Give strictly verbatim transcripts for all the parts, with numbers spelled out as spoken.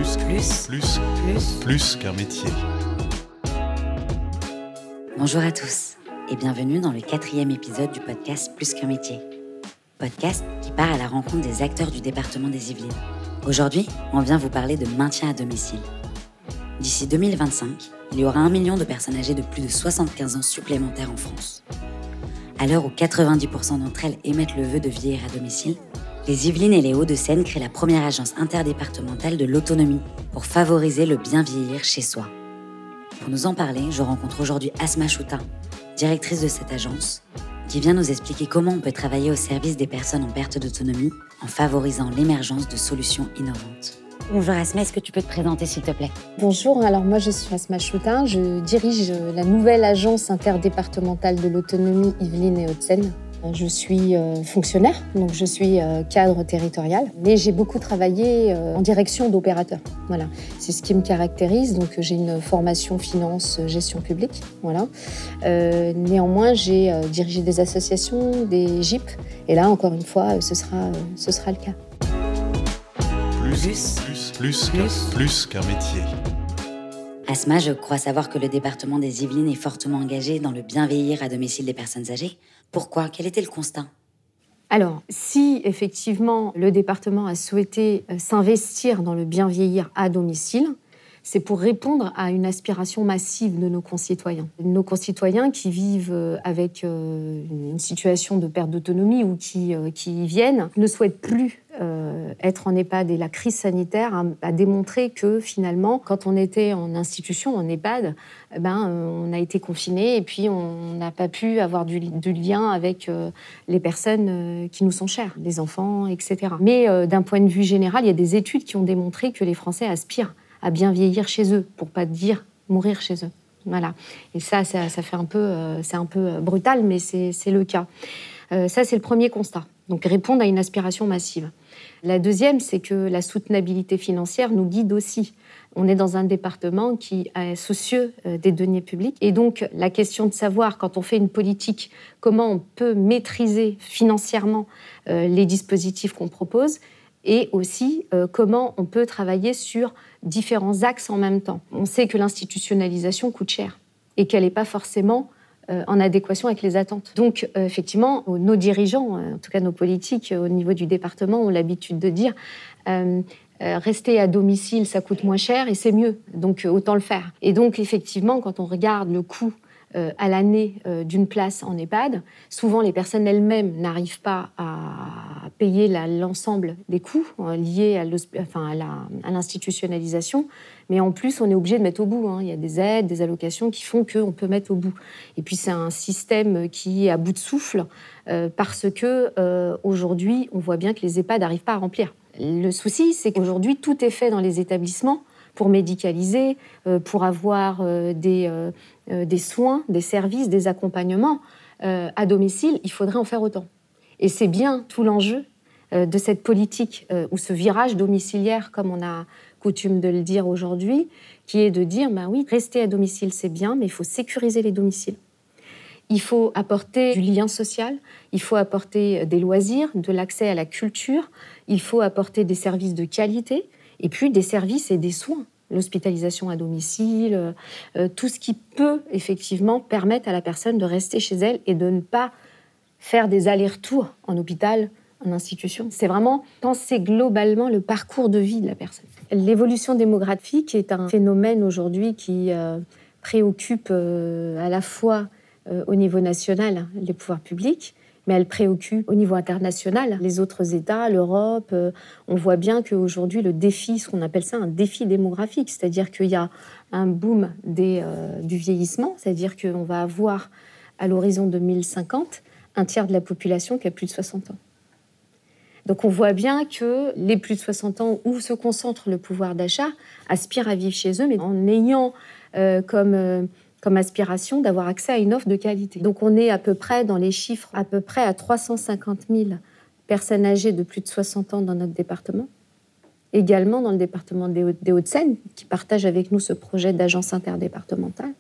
Plus, plus, plus, plus, plus qu'un métier. Bonjour à tous et bienvenue dans le quatrième épisode du podcast Plus qu'un métier. Podcast qui part à la rencontre des acteurs du département des Yvelines. Aujourd'hui, on vient vous parler de maintien à domicile. D'ici deux mille vingt-cinq, il y aura un million de personnes âgées de plus de soixante-quinze ans supplémentaires en France. À l'heure où quatre-vingt-dix pour cent d'entre elles émettent le vœu de vieillir à domicile, les Yvelines et les Hauts-de-Seine créent la première agence interdépartementale de l'autonomie pour favoriser le bien vieillir chez soi. Pour nous en parler, je rencontre aujourd'hui Asma Chouta, directrice de cette agence, qui vient nous expliquer comment on peut travailler au service des personnes en perte d'autonomie en favorisant l'émergence de solutions innovantes. Bonjour Asma, est-ce que tu peux te présenter s'il te plaît ? Bonjour, alors moi je suis Asma Chouta, je dirige la nouvelle agence interdépartementale de l'autonomie Yvelines et Hauts-de-Seine. Je suis euh, fonctionnaire, donc je suis euh, cadre territorial, mais j'ai beaucoup travaillé euh, en direction d'opérateurs. Voilà, c'est ce qui me caractérise. Donc j'ai une formation finance, gestion publique. Voilà. Euh, néanmoins, j'ai euh, dirigé des associations, des G I P, et là encore une fois, ce sera, euh, ce sera le cas. Plus, plus, plus, plus, plus qu'un métier. Asma, je crois savoir que le département des Yvelines est fortement engagé dans le bien vieillir à domicile des personnes âgées. Pourquoi ? Quel était le constat ? Alors, si effectivement le département a souhaité s'investir dans le bien vieillir à domicile, c'est pour répondre à une aspiration massive de nos concitoyens. Nos concitoyens qui vivent avec une situation de perte d'autonomie ou qui, qui y viennent ne souhaitent plus euh, être en EHPAD. Et la crise sanitaire a, a démontré que finalement, quand on était en institution, en EHPAD, ben, on a été confinés et puis on n'a pas pu avoir du, du lien avec euh, les personnes qui nous sont chères, les enfants, et cetera. Mais euh, d'un point de vue général, il y a des études qui ont démontré que les Français aspirent à bien vieillir chez eux, pour pas dire mourir chez eux. Voilà. Et ça, ça, ça fait un peu, euh, c'est un peu brutal, mais c'est, c'est le cas. Euh, ça, c'est le premier constat. Donc, répondre à une aspiration massive. La deuxième, c'est que la soutenabilité financière nous guide aussi. On est dans un département qui est soucieux des deniers publics. Et donc, la question de savoir, quand on fait une politique, comment on peut maîtriser financièrement euh, les dispositifs qu'on propose, et aussi euh, comment on peut travailler sur différents axes en même temps. On sait que l'institutionnalisation coûte cher et qu'elle n'est pas forcément euh, en adéquation avec les attentes. Donc, euh, effectivement, nos dirigeants, euh, en tout cas nos politiques euh, au niveau du département, ont l'habitude de dire euh, euh, rester à domicile, ça coûte moins cher et c'est mieux, donc euh, autant le faire. Et donc, effectivement, quand on regarde le coût Euh, à l'année euh, d'une place en EHPAD, souvent les personnes elles-mêmes n'arrivent pas à payer la, l'ensemble des coûts euh, liés à, enfin, à, la, à l'institutionnalisation, mais en plus on est obligé de mettre au bout. Hein. Il y a des aides, des allocations qui font qu'on peut mettre au bout. Et puis c'est un système qui est à bout de souffle euh, parce que euh, aujourd'hui on voit bien que les EHPAD n'arrivent pas à remplir. Le souci, c'est qu'aujourd'hui tout est fait dans les établissements pour médicaliser, euh, pour avoir euh, des, euh, des soins, des services, des accompagnements euh, à domicile, il faudrait en faire autant. Et c'est bien tout l'enjeu euh, de cette politique, euh, ou ce virage domiciliaire, comme on a coutume de le dire aujourd'hui, qui est de dire, ben oui, rester à domicile, c'est bien, mais il faut sécuriser les domiciles. Il faut apporter du lien social, il faut apporter des loisirs, de l'accès à la culture, il faut apporter des services de qualité, et puis des services et des soins, l'hospitalisation à domicile, euh, tout ce qui peut effectivement permettre à la personne de rester chez elle et de ne pas faire des allers-retours en hôpital, en institution. C'est vraiment penser globalement le parcours de vie de la personne. L'évolution démographique est un phénomène aujourd'hui qui euh, préoccupe euh, à la fois euh, au niveau national les pouvoirs publics, mais elle préoccupe au niveau international les autres États, l'Europe. Euh, on voit bien qu'aujourd'hui, le défi, ce qu'on appelle ça un défi démographique, c'est-à-dire qu'il y a un boom des, euh, du vieillissement, c'est-à-dire qu'on va avoir, à l'horizon deux mille cinquante, un tiers de la population qui a plus de soixante ans. Donc on voit bien que les plus de soixante ans, où se concentre le pouvoir d'achat, aspirent à vivre chez eux, mais en ayant euh, comme... Euh, comme aspiration d'avoir accès à une offre de qualité. Donc on est à peu près dans les chiffres, à peu près à trois cent cinquante mille personnes âgées de plus de soixante ans dans notre département. Également dans le département des Hauts-de-Seine, qui partage avec nous ce projet d'agence interdépartementale.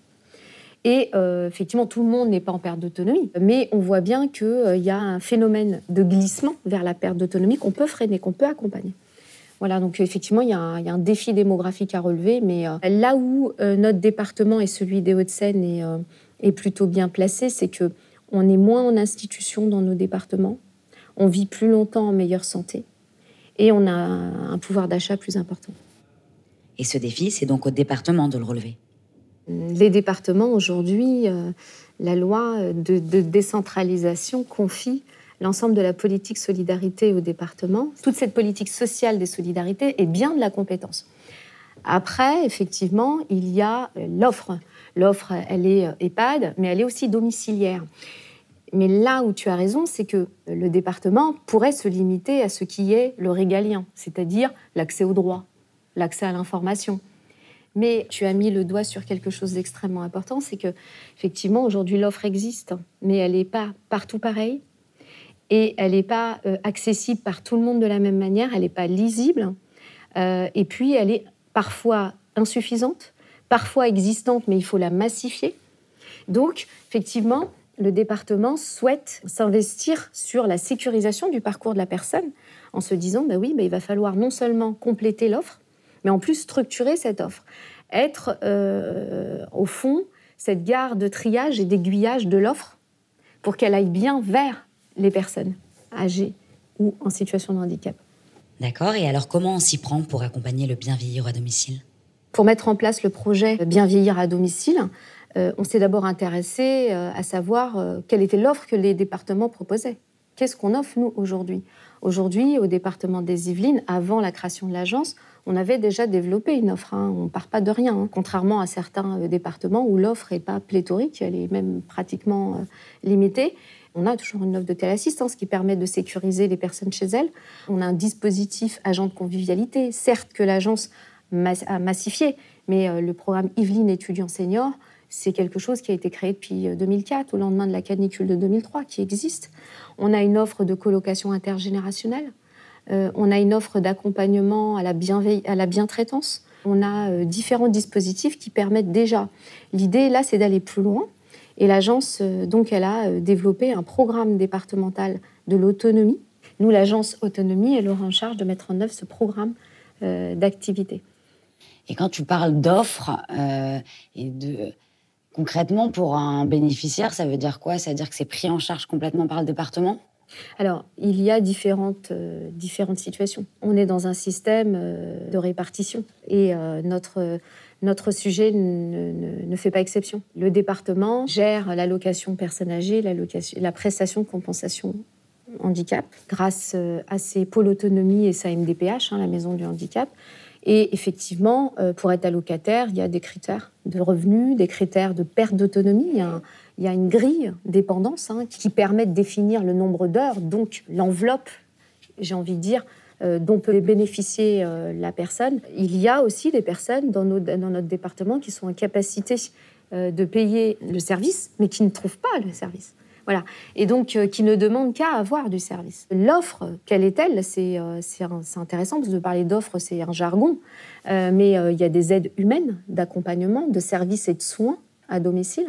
Et euh, effectivement, tout le monde n'est pas en perte d'autonomie, mais on voit bien qu'il euh, y a un phénomène de glissement vers la perte d'autonomie qu'on peut freiner, qu'on peut accompagner. Voilà, donc effectivement, il y a un, il y a un défi démographique à relever, mais euh, là où euh, notre département et celui des Hauts-de-Seine est, euh, est plutôt bien placé, c'est qu'on est moins en institution dans nos départements, on vit plus longtemps en meilleure santé et on a un pouvoir d'achat plus important. Et ce défi, c'est donc au département de le relever. Les départements, aujourd'hui, euh, la loi de, de décentralisation confie l'ensemble de la politique solidarité au département. Toute cette politique sociale des solidarités est bien de la compétence. Après, effectivement, il y a l'offre. L'offre, elle est EHPAD, mais elle est aussi domiciliaire. Mais là où tu as raison, c'est que le département pourrait se limiter à ce qui est le régalien, c'est-à-dire l'accès au droit, l'accès à l'information. Mais tu as mis le doigt sur quelque chose d'extrêmement important, c'est que effectivement aujourd'hui l'offre existe, mais elle n'est pas partout pareille et elle n'est pas euh, accessible par tout le monde de la même manière, elle n'est pas lisible euh, et puis elle est parfois insuffisante, parfois existante, mais il faut la massifier. Donc effectivement, le département souhaite s'investir sur la sécurisation du parcours de la personne en se disant bah oui, bah, il va falloir non seulement compléter l'offre, mais en plus structurer cette offre. Être, euh, au fond, cette gare de triage et d'aiguillage de l'offre pour qu'elle aille bien vers les personnes âgées ou en situation de handicap. D'accord, et alors comment on s'y prend pour accompagner le bien vieillir à domicile ? Pour mettre en place le projet Bien vieillir à domicile, euh, on s'est d'abord intéressé euh, à savoir euh, quelle était l'offre que les départements proposaient. Qu'est-ce qu'on offre, nous, aujourd'hui ? Aujourd'hui, au département des Yvelines, avant la création de l'agence, on avait déjà développé une offre. Hein. On ne part pas de rien, hein. Contrairement à certains euh, départements où l'offre n'est pas pléthorique, elle est même pratiquement euh, limitée. On a toujours une offre de téléassistance qui permet de sécuriser les personnes chez elles. On a un dispositif agent de convivialité. Certes que l'agence a massifié, mais euh, le programme Yvelines étudiants seniors, c'est quelque chose qui a été créé depuis deux mille quatre, au lendemain de la canicule de deux mille trois, qui existe. On a une offre de colocation intergénérationnelle. Euh, on a une offre d'accompagnement à la, bienveille- à la bientraitance. On a euh, différents dispositifs qui permettent déjà. L'idée, là, c'est d'aller plus loin. Et l'agence, euh, donc, elle a euh, développé un programme départemental de l'autonomie. Nous, l'agence autonomie, elle aura en charge de mettre en œuvre ce programme euh, d'activité. Et quand tu parles d'offres, euh, et de... concrètement, pour un bénéficiaire, ça veut dire quoi ? Ça veut dire que c'est pris en charge complètement par le département ? Alors, il y a différentes, euh, différentes situations. On est dans un système euh, de répartition et euh, notre, notre sujet ne, ne, ne fait pas exception. Le département gère l'allocation personnes âgées, l'allocation, la prestation de compensation handicap, grâce à ses pôles autonomie et sa M D P H, hein, la maison du handicap. Et effectivement, euh, pour être allocataire, il y a des critères de revenus, des critères de perte d'autonomie. Il y a, un, il y a une grille dépendance hein, qui permet de définir le nombre d'heures, donc l'enveloppe, j'ai envie de dire, euh, dont peut bénéficier euh, la personne. Il y a aussi des personnes dans, nos, dans notre département qui sont en capacité euh, de payer le service, mais qui ne trouvent pas le service. Voilà. Et donc, euh, qui ne demandent qu'à avoir du service. L'offre, quelle est-elle ? C'est, euh, c'est, un, c'est intéressant, parce que de parler d'offre, c'est un jargon. Euh, mais euh, il y a des aides humaines d'accompagnement, de services et de soins à domicile.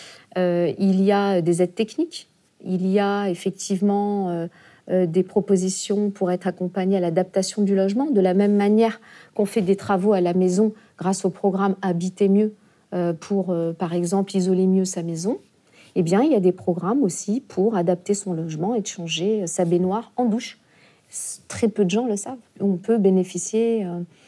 Euh, il y a des aides techniques. Il y a effectivement euh, euh, des propositions pour être accompagné à l'adaptation du logement, de la même manière qu'on fait des travaux à la maison grâce au programme Habiter mieux euh, pour, euh, par exemple, isoler mieux sa maison. Eh bien, il y a des programmes aussi pour adapter son logement et de changer sa baignoire en douche. Très peu de gens le savent. On peut bénéficier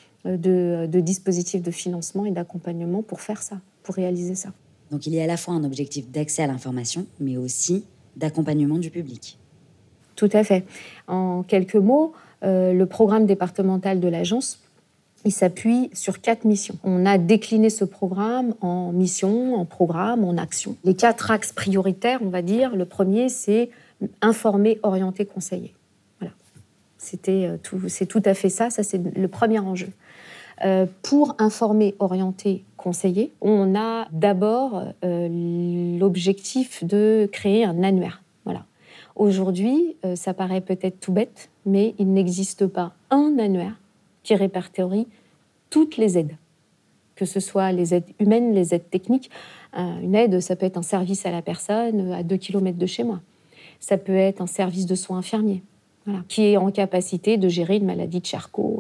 de, de dispositifs de financement et d'accompagnement pour faire ça, pour réaliser ça. Donc, il y a à la fois un objectif d'accès à l'information, mais aussi d'accompagnement du public. Tout à fait. En quelques mots, euh, le programme départemental de l'agence, il s'appuie sur quatre missions. On a décliné ce programme en missions, en programmes, en actions. Les quatre axes prioritaires, on va dire, le premier, c'est informer, orienter, conseiller. Voilà. C'était tout, c'est tout à fait ça, ça c'est le premier enjeu. Euh, pour informer, orienter, conseiller, on a d'abord euh, l'objectif de créer un annuaire. Voilà. Aujourd'hui, euh, ça paraît peut-être tout bête, mais il n'existe pas un annuaire qui répertorie toutes les aides, que ce soit les aides humaines, les aides techniques. Une aide, ça peut être un service à la personne à deux kilomètres de chez moi. Ça peut être un service de soins infirmiers, voilà, qui est en capacité de gérer une maladie de Charcot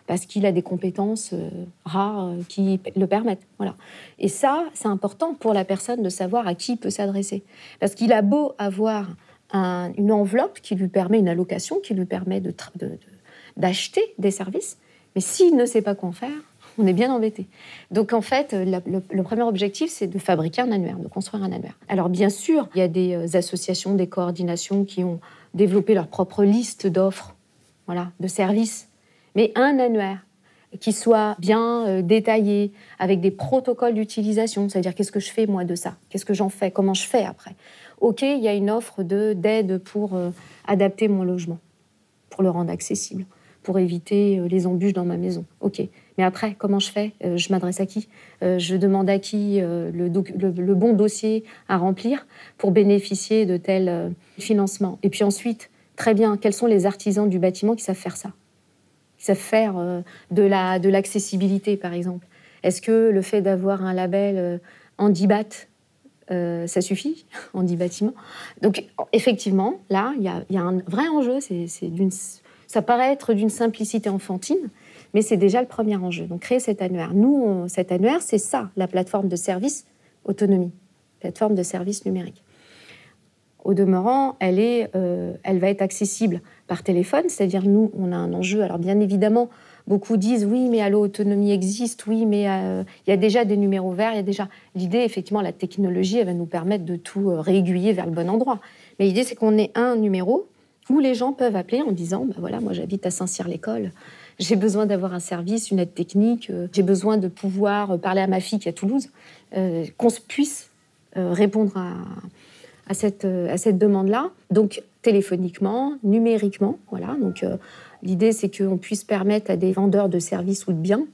parce qu'il a des compétences euh, rares euh, qui le permettent. Voilà. Et ça, c'est important pour la personne de savoir à qui il peut s'adresser. Parce qu'il a beau avoir un, une enveloppe qui lui permet, une allocation qui lui permet de, de, de, d'acheter des services, mais s'il ne sait pas quoi en faire, on est bien embêté. Donc, en fait, la, le, le premier objectif, c'est de fabriquer un annuaire, de construire un annuaire. Alors, bien sûr, il y a des associations, des coordinations qui ont développé leur propre liste d'offres, voilà, de services. Mais un annuaire qui soit bien euh, détaillé, avec des protocoles d'utilisation, c'est-à-dire qu'est-ce que je fais, moi, de ça ? Qu'est-ce que j'en fais ? Comment je fais après ? OK, il y a une offre de, d'aide pour euh, adapter mon logement, pour le rendre accessible, pour éviter euh, les embûches dans ma maison. OK. Mais après, comment je fais ? euh, Je m'adresse à qui ? euh, Je demande à qui euh, le, doc- le, le bon dossier à remplir pour bénéficier de tel euh, financement. Et puis ensuite, très bien, quels sont les artisans du bâtiment qui savent faire ça ? Qui savent faire euh, de, la, de l'accessibilité, par exemple. Est-ce que le fait d'avoir un label euh, Handibat, euh, ça suffit ? Handi-bâtiment. Donc, effectivement, là, il y a, y a un vrai enjeu. C'est, c'est d'une, ça paraît être d'une simplicité enfantine, mais c'est déjà le premier enjeu. Donc, créer cet annuaire. Nous, on, cet annuaire, c'est ça, la plateforme de service autonomie, plateforme de service numérique. Au demeurant, elle, est, euh, elle va être accessible par téléphone, c'est-à-dire nous, on a un enjeu. Alors, bien évidemment, beaucoup disent, oui, mais Allo Autonomie existe, oui, mais euh, il y a déjà des numéros verts, il y a déjà... L'idée, effectivement, la technologie, elle va nous permettre de tout euh, réaiguiller vers le bon endroit. Mais l'idée, c'est qu'on ait un numéro où les gens peuvent appeler en disant, bah voilà, moi, j'habite à Saint-Cyr-l'École, j'ai besoin d'avoir un service, une aide technique, euh, j'ai besoin de pouvoir parler à ma fille qui est à Toulouse, euh, qu'on puisse euh, répondre à... À cette, à cette demande-là, donc téléphoniquement, numériquement. Voilà. Donc, euh, l'idée, c'est qu'on puisse permettre à des vendeurs de services ou de biens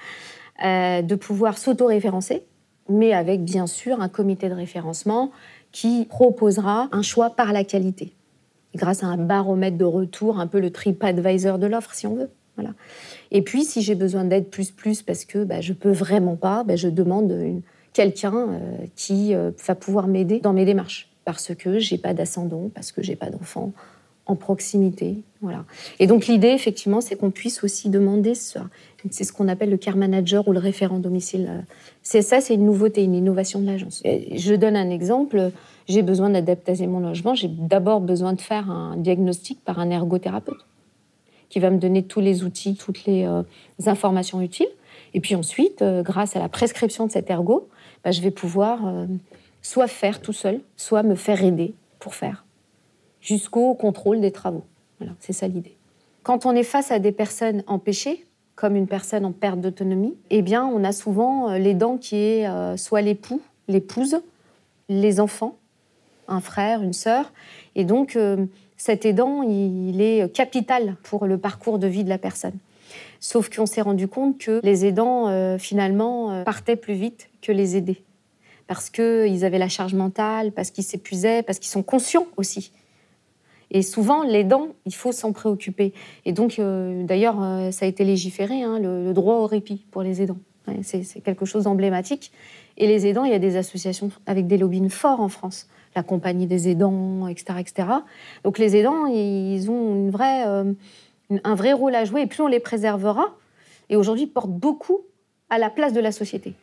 euh, de pouvoir s'auto-référencer, mais avec, bien sûr, un comité de référencement qui proposera un choix par la qualité, grâce à un baromètre de retour, un peu le TripAdvisor de l'offre, si on veut. Voilà. Et puis, si j'ai besoin d'aide plus plus parce que bah, je ne peux vraiment pas, bah, je demande une, quelqu'un euh, qui euh, va pouvoir m'aider dans mes démarches. Parce que j'ai pas d'ascendant, parce que j'ai pas d'enfant en proximité, voilà. Et donc l'idée, effectivement, c'est qu'on puisse aussi demander ça. C'est ce qu'on appelle le care manager ou le référent domicile. C'est ça, c'est une nouveauté, une innovation de l'agence. Et je donne un exemple. J'ai besoin d'adapter mon logement. J'ai d'abord besoin de faire un diagnostic par un ergothérapeute qui va me donner tous les outils, toutes les euh, informations utiles. Et puis ensuite, euh, grâce à la prescription de cet ergo, bah, je vais pouvoir euh, soit faire tout seul, soit me faire aider pour faire, jusqu'au contrôle des travaux. Voilà, c'est ça l'idée. Quand on est face à des personnes empêchées, comme une personne en perte d'autonomie, eh bien, on a souvent l'aidant qui est euh, soit l'époux, l'épouse, les enfants, un frère, une sœur. Et donc, euh, cet aidant, il est capital pour le parcours de vie de la personne. Sauf qu'on s'est rendu compte que les aidants, euh, finalement, euh, partaient plus vite que les aidés. Parce qu'ils avaient la charge mentale, parce qu'ils s'épuisaient, parce qu'ils sont conscients aussi. Et souvent, l'aidant, il faut s'en préoccuper. Et donc, euh, d'ailleurs, euh, ça a été légiféré, hein, le, le droit au répit pour les aidants. Ouais, c'est, c'est quelque chose d'emblématique. Et les aidants, il y a des associations avec des lobbying forts en France. La Compagnie des aidants, et cetera, et cetera. Donc, les aidants, ils ont une vraie, euh, un vrai rôle à jouer. Et plus on les préservera, et aujourd'hui, ils portent beaucoup à la place de la société.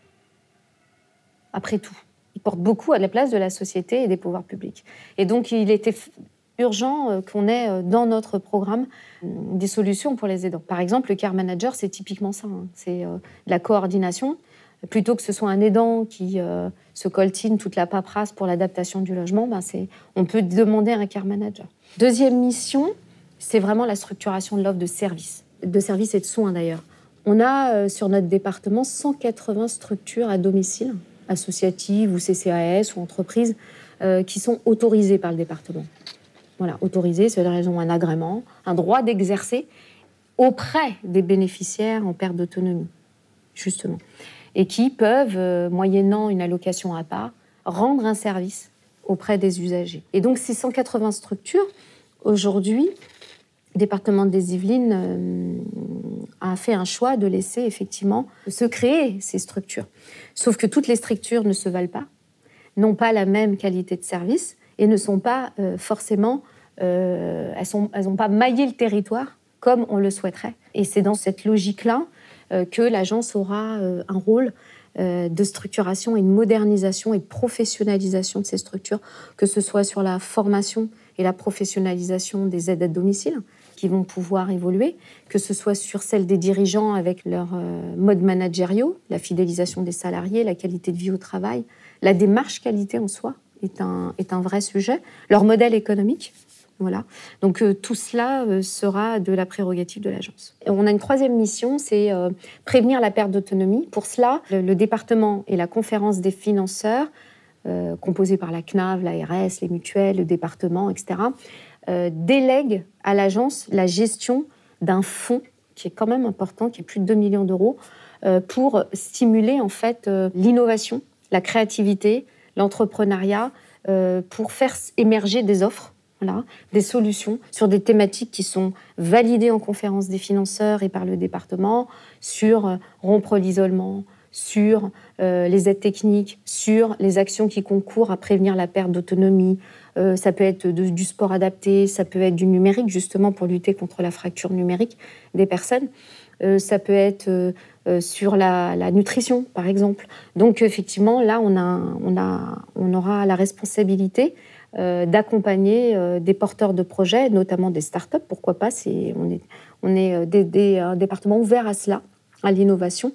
Après tout, ils portent beaucoup à la place de la société et des pouvoirs publics. Et donc, il était urgent qu'on ait dans notre programme des solutions pour les aidants. Par exemple, le care manager, c'est typiquement ça. Hein. C'est euh, la coordination. Plutôt que ce soit un aidant qui euh, se coltine toute la paperasse pour l'adaptation du logement, ben c'est, on peut demander un care manager. Deuxième mission, c'est vraiment la structuration de l'offre de services, de services et de soins d'ailleurs. On a euh, sur notre département cent quatre-vingts structures à domicile, associatives ou C C A S ou entreprises, euh, qui sont autorisées par le département. Voilà, autorisées, c'est-à-dire qu'elles ont un agrément, un droit d'exercer auprès des bénéficiaires en perte d'autonomie, justement. Et qui peuvent, euh, moyennant une allocation à part, rendre un service auprès des usagers. Et donc, ces cent quatre-vingts structures, aujourd'hui, le département des Yvelines euh, a fait un choix de laisser effectivement se créer ces structures. Sauf que toutes les structures ne se valent pas, n'ont pas la même qualité de service et ne sont pas euh, forcément... Euh, elles n'ont elles pas maillé le territoire comme on le souhaiterait. Et c'est dans cette logique-là euh, que l'agence aura euh, un rôle euh, de structuration et de modernisation et de professionnalisation de ces structures, que ce soit sur la formation et la professionnalisation des aides à domicile, qui vont pouvoir évoluer, que ce soit sur celle des dirigeants avec leurs euh, modes managériaux, la fidélisation des salariés, la qualité de vie au travail, la démarche qualité en soi est un, est un vrai sujet, leur modèle économique. Voilà. Donc euh, tout cela euh, sera de la prérogative de l'agence. Et on a une troisième mission, c'est euh, prévenir la perte d'autonomie. Pour cela, le, le département et la conférence des financeurs, euh, composée par la C N A V, l'A R S, les mutuelles, le département, et cetera, Euh, délègue à l'agence la gestion d'un fonds qui est quand même important, qui est plus de deux millions d'euros, euh, pour stimuler en fait euh, l'innovation, la créativité, l'entrepreneuriat, euh, pour faire émerger des offres, voilà, des solutions sur des thématiques qui sont validées en conférence des financeurs et par le département, sur euh, rompre l'isolement, sur euh, les aides techniques, sur les actions qui concourent à prévenir la perte d'autonomie. Euh, ça peut être de, du sport adapté, ça peut être du numérique, justement pour lutter contre la fracture numérique des personnes. Euh, ça peut être euh, euh, sur la, la nutrition, par exemple. Donc, effectivement, là, on, a, on, a, on aura la responsabilité euh, d'accompagner euh, des porteurs de projets, notamment des startups, pourquoi pas. C'est, on est, on est des, des, un département ouvert à cela, à l'innovation.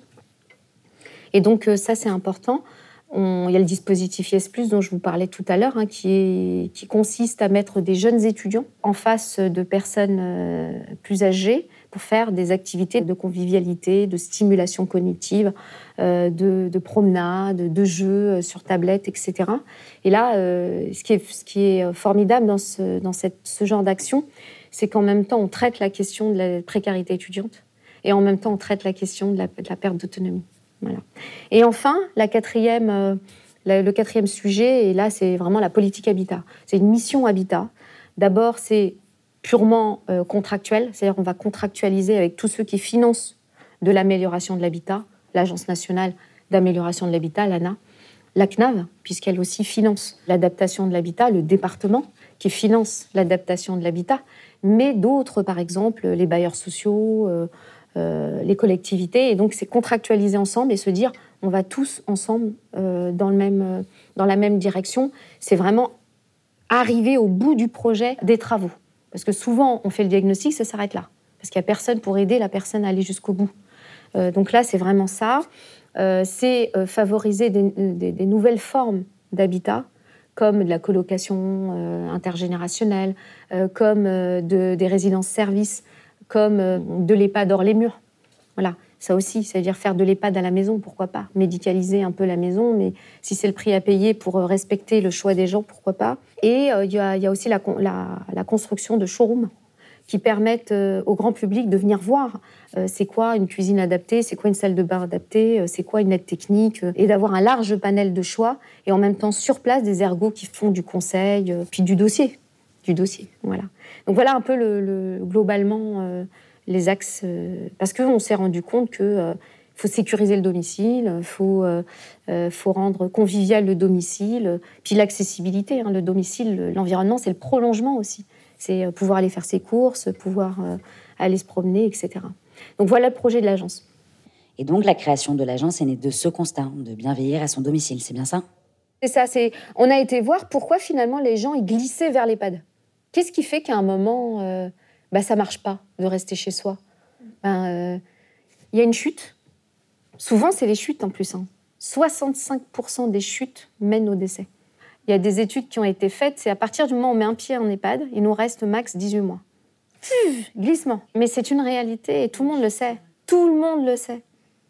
Et donc, euh, ça, c'est important. On, il y a le dispositif Yes Plus dont je vous parlais tout à l'heure, hein, qui, est, qui consiste à mettre des jeunes étudiants en face de personnes euh, plus âgées pour faire des activités de convivialité, de stimulation cognitive, euh, de, de promenade, de jeux sur tablette, et cetera. Et là, euh, ce, qui est, ce qui est formidable dans ce, dans cette, ce genre d'action, c'est qu'en même temps, on traite la question de la précarité étudiante et en même temps, on traite la question de la, de la perte d'autonomie. Voilà. Et enfin, la quatrième, euh, la, le quatrième sujet, et là, c'est vraiment la politique habitat. C'est une mission habitat. D'abord, c'est purement euh, contractuel, c'est-à-dire qu'on va contractualiser avec tous ceux qui financent de l'amélioration de l'habitat, l'Agence nationale d'amélioration de l'habitat, l'A N A, la C N A V, puisqu'elle aussi finance l'adaptation de l'habitat, le département qui finance l'adaptation de l'habitat, mais d'autres, par exemple, les bailleurs sociaux, euh, Euh, les collectivités, et donc c'est contractualiser ensemble et se dire on va tous ensemble euh, dans, le même, euh, dans la même direction. C'est vraiment arriver au bout du projet des travaux. Parce que souvent, on fait le diagnostic, ça s'arrête là. Parce qu'il n'y a personne pour aider la personne à aller jusqu'au bout. Euh, donc là, c'est vraiment ça. Euh, c'est euh, favoriser des, des, des nouvelles formes d'habitat, comme de la colocation euh, intergénérationnelle, euh, comme euh, de, des résidences-services, comme de l'EHPAD hors les murs. Voilà, ça aussi, c'est-à-dire faire de l'EHPAD à la maison, pourquoi pas. Médicaliser un peu la maison, mais si c'est le prix à payer pour respecter le choix des gens, pourquoi pas. Et il euh, y, y a aussi la, la, la construction de showrooms qui permettent euh, au grand public de venir voir euh, c'est quoi une cuisine adaptée, c'est quoi une salle de bain adaptée, euh, c'est quoi une aide technique, euh, et d'avoir un large panel de choix, et en même temps sur place des ergots qui font du conseil, euh, puis du dossier. du dossier, voilà. Donc voilà un peu le, le, globalement euh, les axes, euh, parce qu'on s'est rendu compte qu'il euh, faut sécuriser le domicile, il faut, euh, euh, faut rendre convivial le domicile, euh, puis l'accessibilité, hein, le domicile, l'environnement, c'est le prolongement aussi. C'est euh, pouvoir aller faire ses courses, pouvoir euh, aller se promener, et cetera. Donc voilà le projet de l'agence. Et donc la création de l'agence est née de ce constat, de bien veiller à son domicile, c'est bien ça ? C'est ça, c'est... on a été voir pourquoi finalement les gens ils glissaient vers l'EHPAD. Qu'est-ce qui fait qu'à un moment, euh, bah, ça ne marche pas de rester chez soi ? Ben, euh, y a une chute. Souvent, c'est les chutes en plus. Hein. soixante-cinq pour cent des chutes mènent au décès. Il y a des études qui ont été faites, c'est à partir du moment où on met un pied en EHPAD, il nous reste max dix-huit mois. Pff, glissement. Mais c'est une réalité et tout le monde le sait. Tout le monde le sait.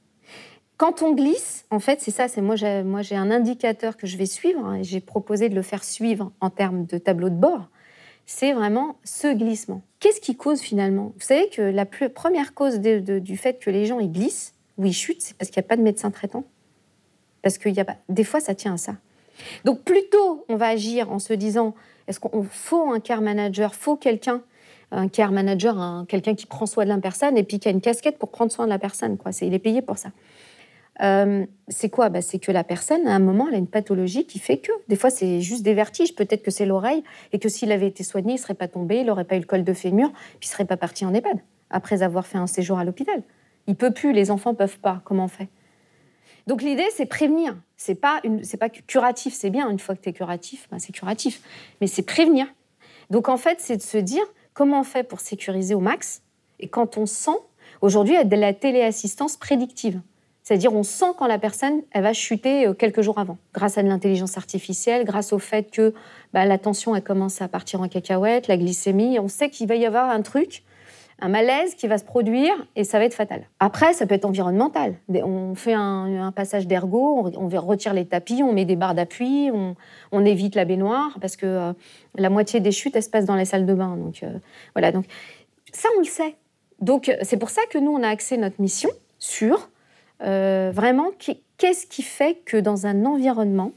Quand on glisse, en fait, c'est ça, c'est moi, j'ai, moi j'ai un indicateur que je vais suivre, hein, et j'ai proposé de le faire suivre en termes de tableau de bord. C'est vraiment ce glissement. Qu'est-ce qui cause finalement ? Vous savez que la plus, première cause de, de, du fait que les gens ils glissent ou ils chutent, c'est parce qu'il n'y a pas de médecin traitant. Parce qu'il y a pas, des fois, ça tient à ça. Donc plutôt, on va agir en se disant, est-ce qu'on faut un care manager, faut quelqu'un, un care manager, un, quelqu'un qui prend soin de la personne et puis qui a une casquette pour prendre soin de la personne, quoi. C'est, il est payé pour ça. Euh, c'est quoi ? Bah, c'est que la personne, à un moment, elle a une pathologie qui fait que, des fois, c'est juste des vertiges, peut-être que c'est l'oreille, et que s'il avait été soigné, il ne serait pas tombé, il n'aurait pas eu le col de fémur, puis il ne serait pas parti en EHPAD. après avoir fait un séjour à l'hôpital. Il ne peut plus, les enfants ne peuvent pas. Comment on fait ? Donc l'idée, c'est prévenir. Ce n'est pas, une, c'est pas curatif, c'est bien. Une fois que tu es curatif, ben c'est curatif. Mais c'est prévenir. Donc en fait, c'est de se dire comment on fait pour sécuriser au max. Et quand on sent, aujourd'hui, il y a de la téléassistance prédictive. C'est-à-dire on sent quand la personne elle va chuter quelques jours avant. Grâce à de l'intelligence artificielle, grâce au fait que bah, la tension elle commence à partir en cacahuète, la glycémie, on sait qu'il va y avoir un truc, un malaise qui va se produire et ça va être fatal. Après, ça peut être environnemental. On fait un, un passage d'ergot, on, on retire les tapis, on met des barres d'appui, on, on évite la baignoire parce que euh, la moitié des chutes, elles se passent dans les salles de bain. Donc, euh, voilà. Donc, ça, on le sait. Donc, c'est pour ça que nous, on a axé notre mission sur euh, vraiment qu'est-ce qui fait que dans un environnement,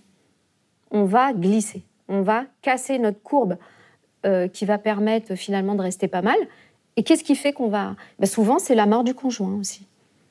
on va glisser, on va casser notre courbe euh, qui va permettre finalement de rester pas mal. Et qu'est-ce qui fait qu'on va... Ben souvent, c'est la mort du conjoint aussi.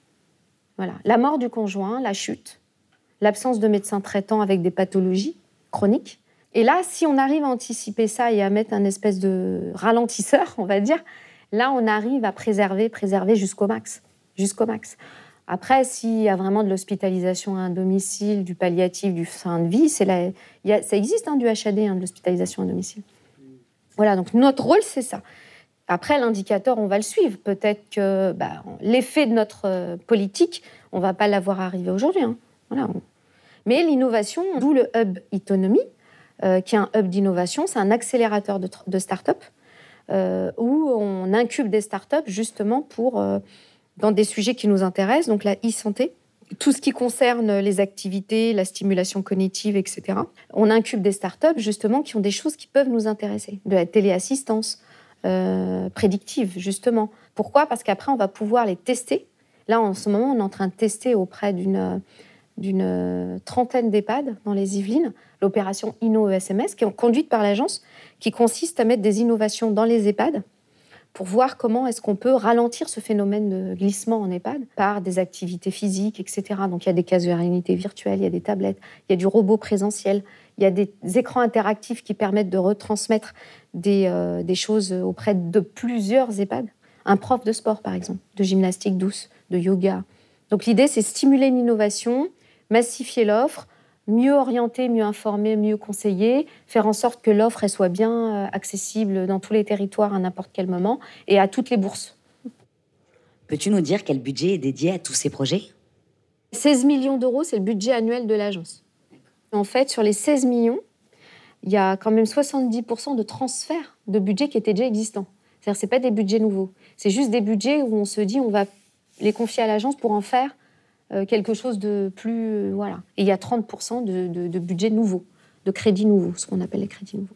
Voilà. La mort du conjoint, la chute, l'absence de médecin traitant avec des pathologies chroniques. Et là, si on arrive à anticiper ça et à mettre un espèce de ralentisseur, on va dire, là, on arrive à préserver, préserver jusqu'au max. Jusqu'au max. Après, s'il y a vraiment de l'hospitalisation à un domicile, du palliatif, du fin de vie, c'est la... Il y a... ça existe hein, du H A D, hein, de l'hospitalisation à domicile. Voilà, donc notre rôle, c'est ça. Après, l'indicateur, on va le suivre. Peut-être que bah, l'effet de notre euh, politique, on ne va pas l'avoir arrivé aujourd'hui. Hein. Voilà. Mais l'innovation, d'où le hub Itonomy, euh, qui est un hub d'innovation, c'est un accélérateur de, de start-up euh, où on incube des start-up justement pour, euh, dans des sujets qui nous intéressent, donc la e-santé, tout ce qui concerne les activités, la stimulation cognitive, et cetera. On incube des start-up justement qui ont des choses qui peuvent nous intéresser, de la téléassistance, Euh, prédictive, justement. Pourquoi ? Parce qu'après, on va pouvoir les tester. Là, en ce moment, on est en train de tester auprès d'une, d'une trentaine d'EHPAD dans les Yvelines, l'opération Inno E S M S, qui est conduite par l'agence, qui consiste à mettre des innovations dans les EHPAD pour voir comment est-ce qu'on peut ralentir ce phénomène de glissement en EHPAD par des activités physiques, et cetera. Donc, il y a des cases de réalité virtuelle, il y a des tablettes, il y a du robot présentiel, il y a des écrans interactifs qui permettent de retransmettre des, euh, des choses auprès de plusieurs EHPAD. Un prof de sport, par exemple, de gymnastique douce, de yoga. Donc, l'idée, c'est stimuler l'innovation, massifier l'offre, mieux orienter, mieux informer, mieux conseiller, faire en sorte que l'offre elle soit bien accessible dans tous les territoires à n'importe quel moment et à toutes les bourses. Peux-tu nous dire quel budget est dédié à tous ces projets ? seize millions d'euros, c'est le budget annuel de l'agence. En fait, sur les seize millions, il y a quand même soixante-dix pour cent de transferts de budgets qui étaient déjà existants. C'est-à-dire que ce n'est pas des budgets nouveaux. C'est juste des budgets où on se dit on va les confier à l'agence pour en faire euh, quelque chose de plus... Euh, voilà. Et il y a trente pour cent de, de, de budgets nouveaux, de crédits nouveaux, ce qu'on appelle les crédits nouveaux.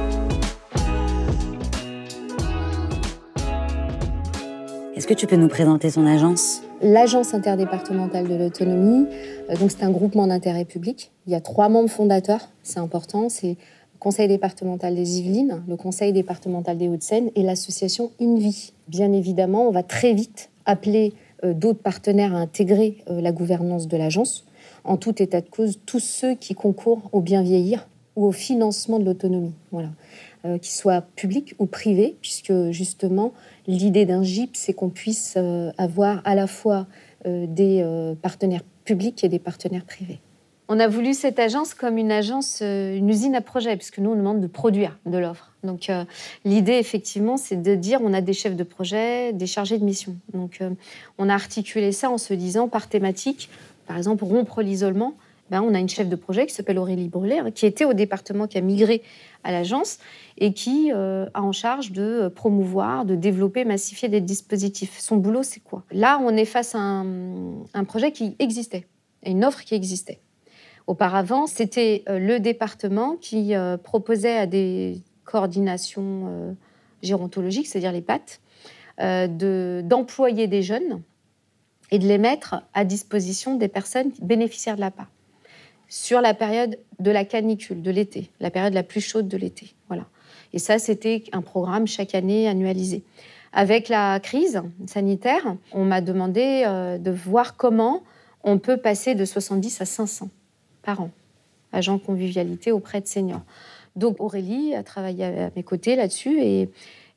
Est-ce que tu peux nous présenter ton agence ? L'Agence interdépartementale de l'autonomie, euh, donc c'est un groupement d'intérêt public. Il y a trois membres fondateurs, c'est important, c'est le Conseil départemental des Yvelines, le Conseil départemental des Hauts-de-Seine et l'association INVI. Bien évidemment, on va très vite appeler euh, d'autres partenaires à intégrer euh, la gouvernance de l'agence. En tout état de cause, tous ceux qui concourent au bien vieillir ou au financement de l'autonomie, voilà. Euh, qu'ils soient publics ou privés, puisque justement, l'idée d'un G I P, c'est qu'on puisse euh, avoir à la fois euh, des euh, partenaires publics et des partenaires privés. On a voulu cette agence comme une agence, euh, une usine à projet, puisque nous, on demande de produire de l'offre. Donc, euh, l'idée, effectivement, c'est de dire on a des chefs de projet, des chargés de mission. Donc, euh, on a articulé ça en se disant, par thématique, par exemple, rompre l'isolement, ben, on a une chef de projet qui s'appelle Aurélie Brûlé, qui était au département, qui a migré à l'agence et qui euh, a en charge de promouvoir, de développer, massifier des dispositifs. Son boulot, c'est quoi ? Là, on est face à un, un projet qui existait, une offre qui existait. Auparavant, c'était euh, le département qui euh, proposait à des coordinations euh, gérontologiques, c'est-à-dire les P A T, euh, de, d'employer des jeunes et de les mettre à disposition des personnes bénéficiaires de l'A P A sur la période de la canicule, de l'été, la période la plus chaude de l'été. Voilà. Et ça, c'était un programme chaque année annualisé. Avec la crise sanitaire, on m'a demandé euh, de voir comment on peut passer de soixante-dix à cinq cents par an, agents convivialité auprès de seniors. Donc Aurélie a travaillé à mes côtés là-dessus et,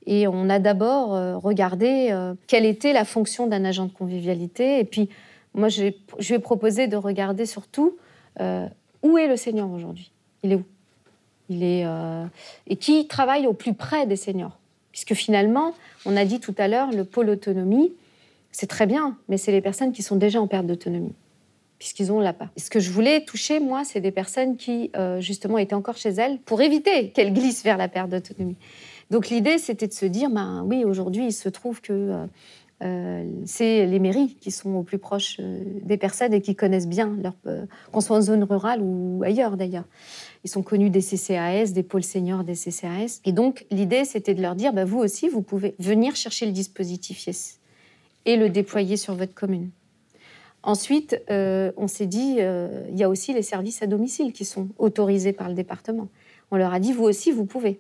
Et on a d'abord euh, regardé euh, quelle était la fonction d'un agent de convivialité. Et puis, moi, j'ai, je vais proposer de regarder surtout euh, où est le senior aujourd'hui. Il est où ? Il est, euh, et qui travaille au plus près des seniors. Puisque finalement, on a dit tout à l'heure, le pôle autonomie, c'est très bien, mais c'est les personnes qui sont déjà en perte d'autonomie, puisqu'ils ont l'A P A. Et ce que je voulais toucher, moi, c'est des personnes qui, euh, justement, étaient encore chez elles pour éviter qu'elles glissent vers la perte d'autonomie. Donc l'idée, c'était de se dire, ben, oui, aujourd'hui, il se trouve que euh, euh, c'est les mairies qui sont au plus proches euh, des personnes et qui connaissent bien, leur, euh, qu'on soit en zone rurale ou ailleurs, d'ailleurs. Ils sont connus des C C A S, des pôles seniors des C C A S. Et donc, l'idée, c'était de leur dire, ben, vous aussi, vous pouvez venir chercher le dispositif Yes et le déployer sur votre commune. Ensuite, euh, on s'est dit, euh, il y a aussi les services à domicile qui sont autorisés par le département. On leur a dit, vous aussi, vous pouvez.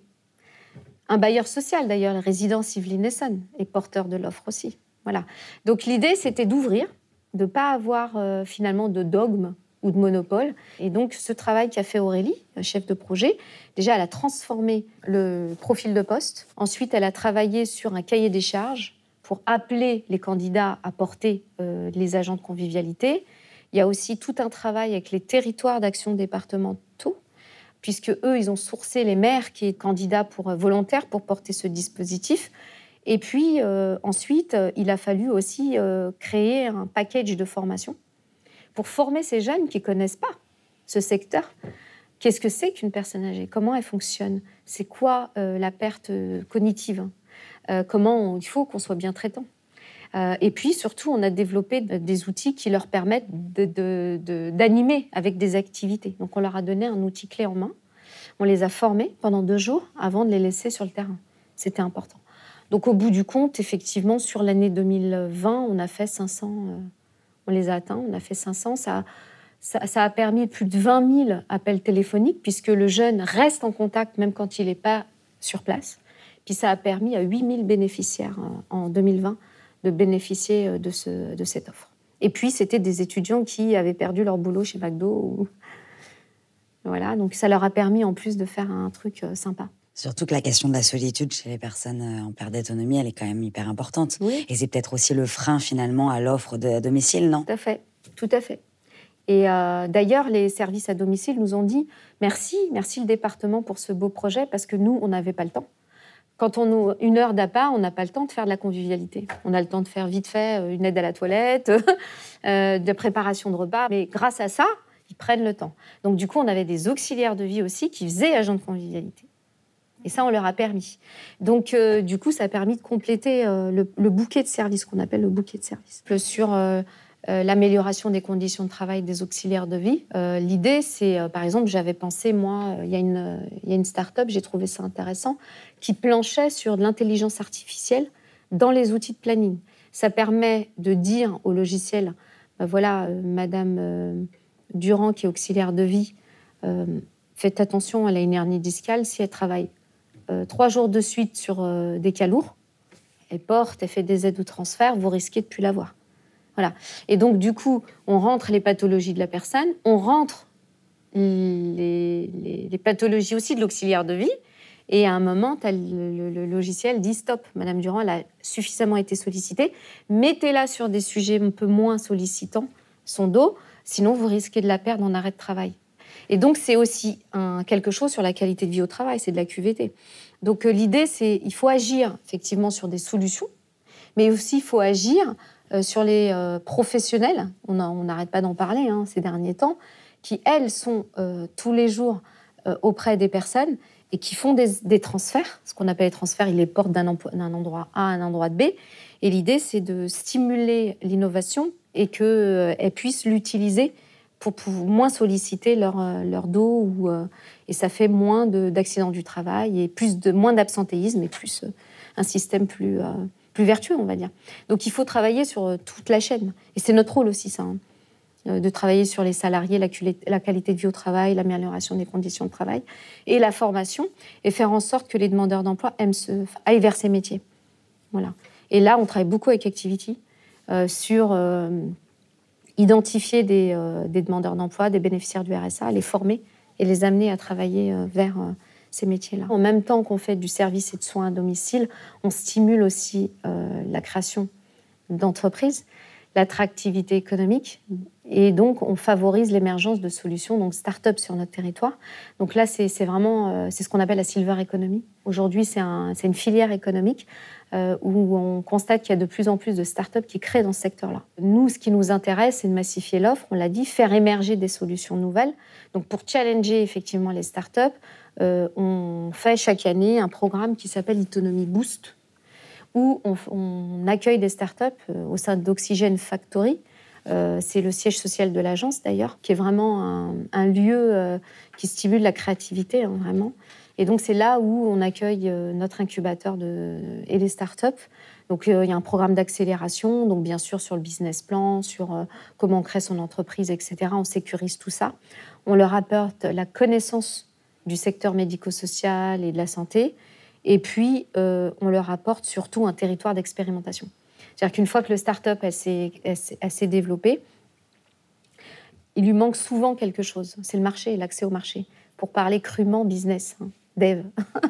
Un bailleur social, d'ailleurs, la résidence Yvelines Essonnes, est porteur de l'offre aussi. Voilà. Donc l'idée, c'était d'ouvrir, de ne pas avoir euh, finalement de dogme ou de monopole. Et donc ce travail qu'a fait Aurélie, chef de projet, déjà, elle a transformé le profil de poste. Ensuite, elle a travaillé sur un cahier des charges pour appeler les candidats à porter euh, les agents de convivialité. Il y a aussi tout un travail avec les territoires d'action départementaux, puisque eux, ils ont sourcé les maires qui sont candidats pour, euh, volontaires pour porter ce dispositif. Et puis, euh, ensuite, euh, il a fallu aussi euh, créer un package de formation pour former ces jeunes qui ne connaissent pas ce secteur. Qu'est-ce que c'est qu'une personne âgée ? Comment elle fonctionne ? C'est quoi euh, la perte cognitive ? euh, Comment on, il faut qu'on soit bien traitant ? Euh, et puis, surtout, on a développé des outils qui leur permettent de, de, de, d'animer avec des activités. Donc, on leur a donné un outil clé en main. On les a formés pendant deux jours avant de les laisser sur le terrain. C'était important. Donc, au bout du compte, effectivement, sur l'année deux mille vingt, on a fait cinq cents... Euh, on les a atteints, on a fait cinq cents. Ça, ça, ça a permis plus de vingt mille appels téléphoniques, puisque le jeune reste en contact même quand il n'est pas sur place. Puis, ça a permis à huit mille bénéficiaires en deux mille vingt de bénéficier de, ce, de cette offre. Et puis, c'était des étudiants qui avaient perdu leur boulot chez McDo. Ou... Voilà, donc ça leur a permis en plus de faire un truc sympa. Surtout que la question de la solitude chez les personnes en perte d'autonomie, elle est quand même hyper importante. Oui. Et c'est peut-être aussi le frein finalement à l'offre de à domicile, non ? Tout à fait, tout à fait. Et euh, d'ailleurs, les services à domicile nous ont dit merci, merci le département pour ce beau projet, parce que nous, on n'avait pas le temps. Quand on a une heure d'A P A, on n'a pas le temps de faire de la convivialité. On a le temps de faire vite fait une aide à la toilette, euh, de préparation de repas. Mais grâce à ça, ils prennent le temps. Donc du coup, on avait des auxiliaires de vie aussi qui faisaient agents de convivialité. Et ça, on leur a permis. Donc euh, du coup, ça a permis de compléter euh, le, le bouquet de services, qu'on appelle le bouquet de services. Sur euh, euh, l'amélioration des conditions de travail des auxiliaires de vie, euh, l'idée, c'est, euh, par exemple, j'avais pensé, moi, il y a une, euh, y a une start-up, j'ai trouvé ça intéressant, qui planchait sur de l'intelligence artificielle dans les outils de planning. Ça permet de dire au logiciel, ben voilà, euh, Madame euh, Durand, qui est auxiliaire de vie, euh, faites attention, elle a une hernie discale, si elle travaille euh, trois jours de suite sur euh, des cas lourds, elle porte, elle fait des aides au transfert, vous risquez de ne plus l'avoir. Voilà. Et donc, du coup, on rentre les pathologies de la personne, on rentre les, les, les pathologies aussi de l'auxiliaire de vie, et à un moment, le, le, le logiciel dit « Stop, Madame Durand, elle a suffisamment été sollicitée, mettez-la sur des sujets un peu moins sollicitants, son dos, sinon vous risquez de la perdre en arrêt de travail. » Et donc, c'est aussi un, quelque chose sur la qualité de vie au travail, c'est de la Q V T. Donc, euh, l'idée, c'est qu'il faut agir effectivement sur des solutions, mais aussi il faut agir euh, sur les euh, professionnels, on n'arrête pas d'en parler hein, ces derniers temps, qui, elles, sont euh, tous les jours euh, auprès des personnes et qui font des, des transferts, ce qu'on appelle les transferts, ils les portent d'un, empo- d'un endroit A à un endroit B. Et l'idée, c'est de stimuler l'innovation et qu'elles euh, puissent l'utiliser pour, pour moins solliciter leur, leur dos. Ou, euh, et ça fait moins de, d'accidents du travail et plus de, moins d'absentéisme et plus euh, un système plus, euh, plus vertueux, on va dire. Donc, il faut travailler sur euh, toute la chaîne. Et c'est notre rôle aussi, ça, hein, euh, de travailler sur les salariés, la, la qualité de vie au travail, l'amélioration des conditions de travail et la formation, et faire en sorte que les demandeurs d'emploi aiment se, aillent vers ces métiers. Voilà. Et là, on travaille beaucoup avec Activity euh, sur... Euh, identifier des, euh, des demandeurs d'emploi, des bénéficiaires du R S A, les former et les amener à travailler euh, vers euh, ces métiers-là. En même temps qu'on fait du service et de soins à domicile, on stimule aussi euh, la création d'entreprises, l'attractivité économique, et donc on favorise l'émergence de solutions, donc start-up sur notre territoire. Donc là, c'est, c'est vraiment euh, c'est ce qu'on appelle la silver economy. Aujourd'hui, c'est, un, c'est une filière économique euh, où on constate qu'il y a de plus en plus de start-up qui créent dans ce secteur-là. Nous, ce qui nous intéresse, c'est de massifier l'offre, on l'a dit, faire émerger des solutions nouvelles. Donc pour challenger effectivement les start-up, euh, on fait chaque année un programme qui s'appelle Autonomie Boost, où on, on accueille des startups euh, au sein d'Oxygène Factory. Euh, c'est le siège social de l'agence, d'ailleurs, qui est vraiment un, un lieu euh, qui stimule la créativité, hein, vraiment. Et donc, c'est là où on accueille euh, notre incubateur de, et les startups. Donc, euh, il y a un programme d'accélération, donc bien sûr sur le business plan, sur euh, comment on crée son entreprise, et cetera. On sécurise tout ça. On leur apporte la connaissance du secteur médico-social et de la santé. Et puis, euh, on leur apporte surtout un territoire d'expérimentation. C'est-à-dire qu'une fois que le start-up elle s'est, elle s'est, elle s'est développé, il lui manque souvent quelque chose. C'est le marché, l'accès au marché. Pour parler crûment business, hein, dev.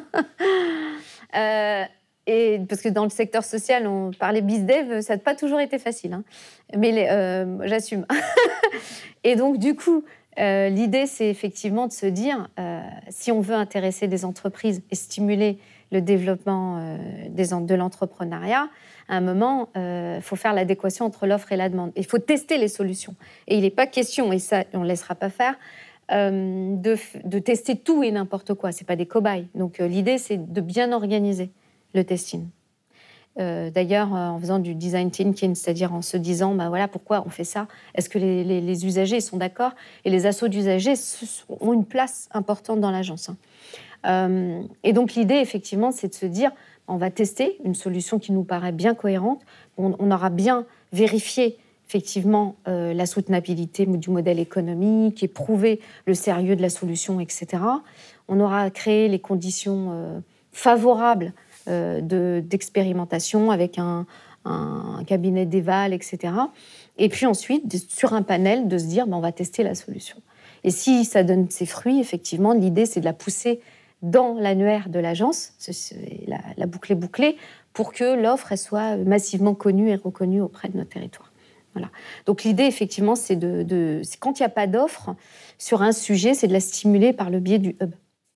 euh, et parce que dans le secteur social, on parlait biz-dev, ça n'a pas toujours été facile. Hein. Mais les, euh, j'assume. Et donc, du coup, euh, l'idée, c'est effectivement de se dire, euh, si on veut intéresser des entreprises et stimuler le développement euh, des, de l'entrepreneuriat, à un moment, il euh, faut faire l'adéquation entre l'offre et la demande. Il faut tester les solutions. Et il n'est pas question, et ça, on ne laissera pas faire, euh, de, de tester tout et n'importe quoi. Ce n'est pas des cobayes. Donc, euh, l'idée, c'est de bien organiser le testing. Euh, d'ailleurs, euh, en faisant du design thinking, c'est-à-dire en se disant, bah voilà, pourquoi on fait ça ? Est-ce que les, les, les usagers sont d'accord ? Et les assos d'usagers ont une place importante dans l'agence. Hein. Euh, et donc, l'idée, effectivement, c'est de se dire, on va tester une solution qui nous paraît bien cohérente. On, on aura bien vérifié, effectivement, euh, la soutenabilité du modèle économique, éprouvé le sérieux de la solution, et cetera. On aura créé les conditions euh, favorables euh, de, d'expérimentation avec un, un, un cabinet d'éval, et cetera. Et puis ensuite, de, sur un panel, de se dire, ben, on va tester la solution. Et si ça donne ses fruits, effectivement, l'idée, c'est de la pousser dans l'annuaire de l'agence, la, la boucle est bouclée, pour que l'offre elle soit massivement connue et reconnue auprès de notre territoire. Voilà. Donc l'idée, effectivement, c'est de, de c'est quand il n'y a pas d'offre sur un sujet, c'est de la stimuler par le biais du hub.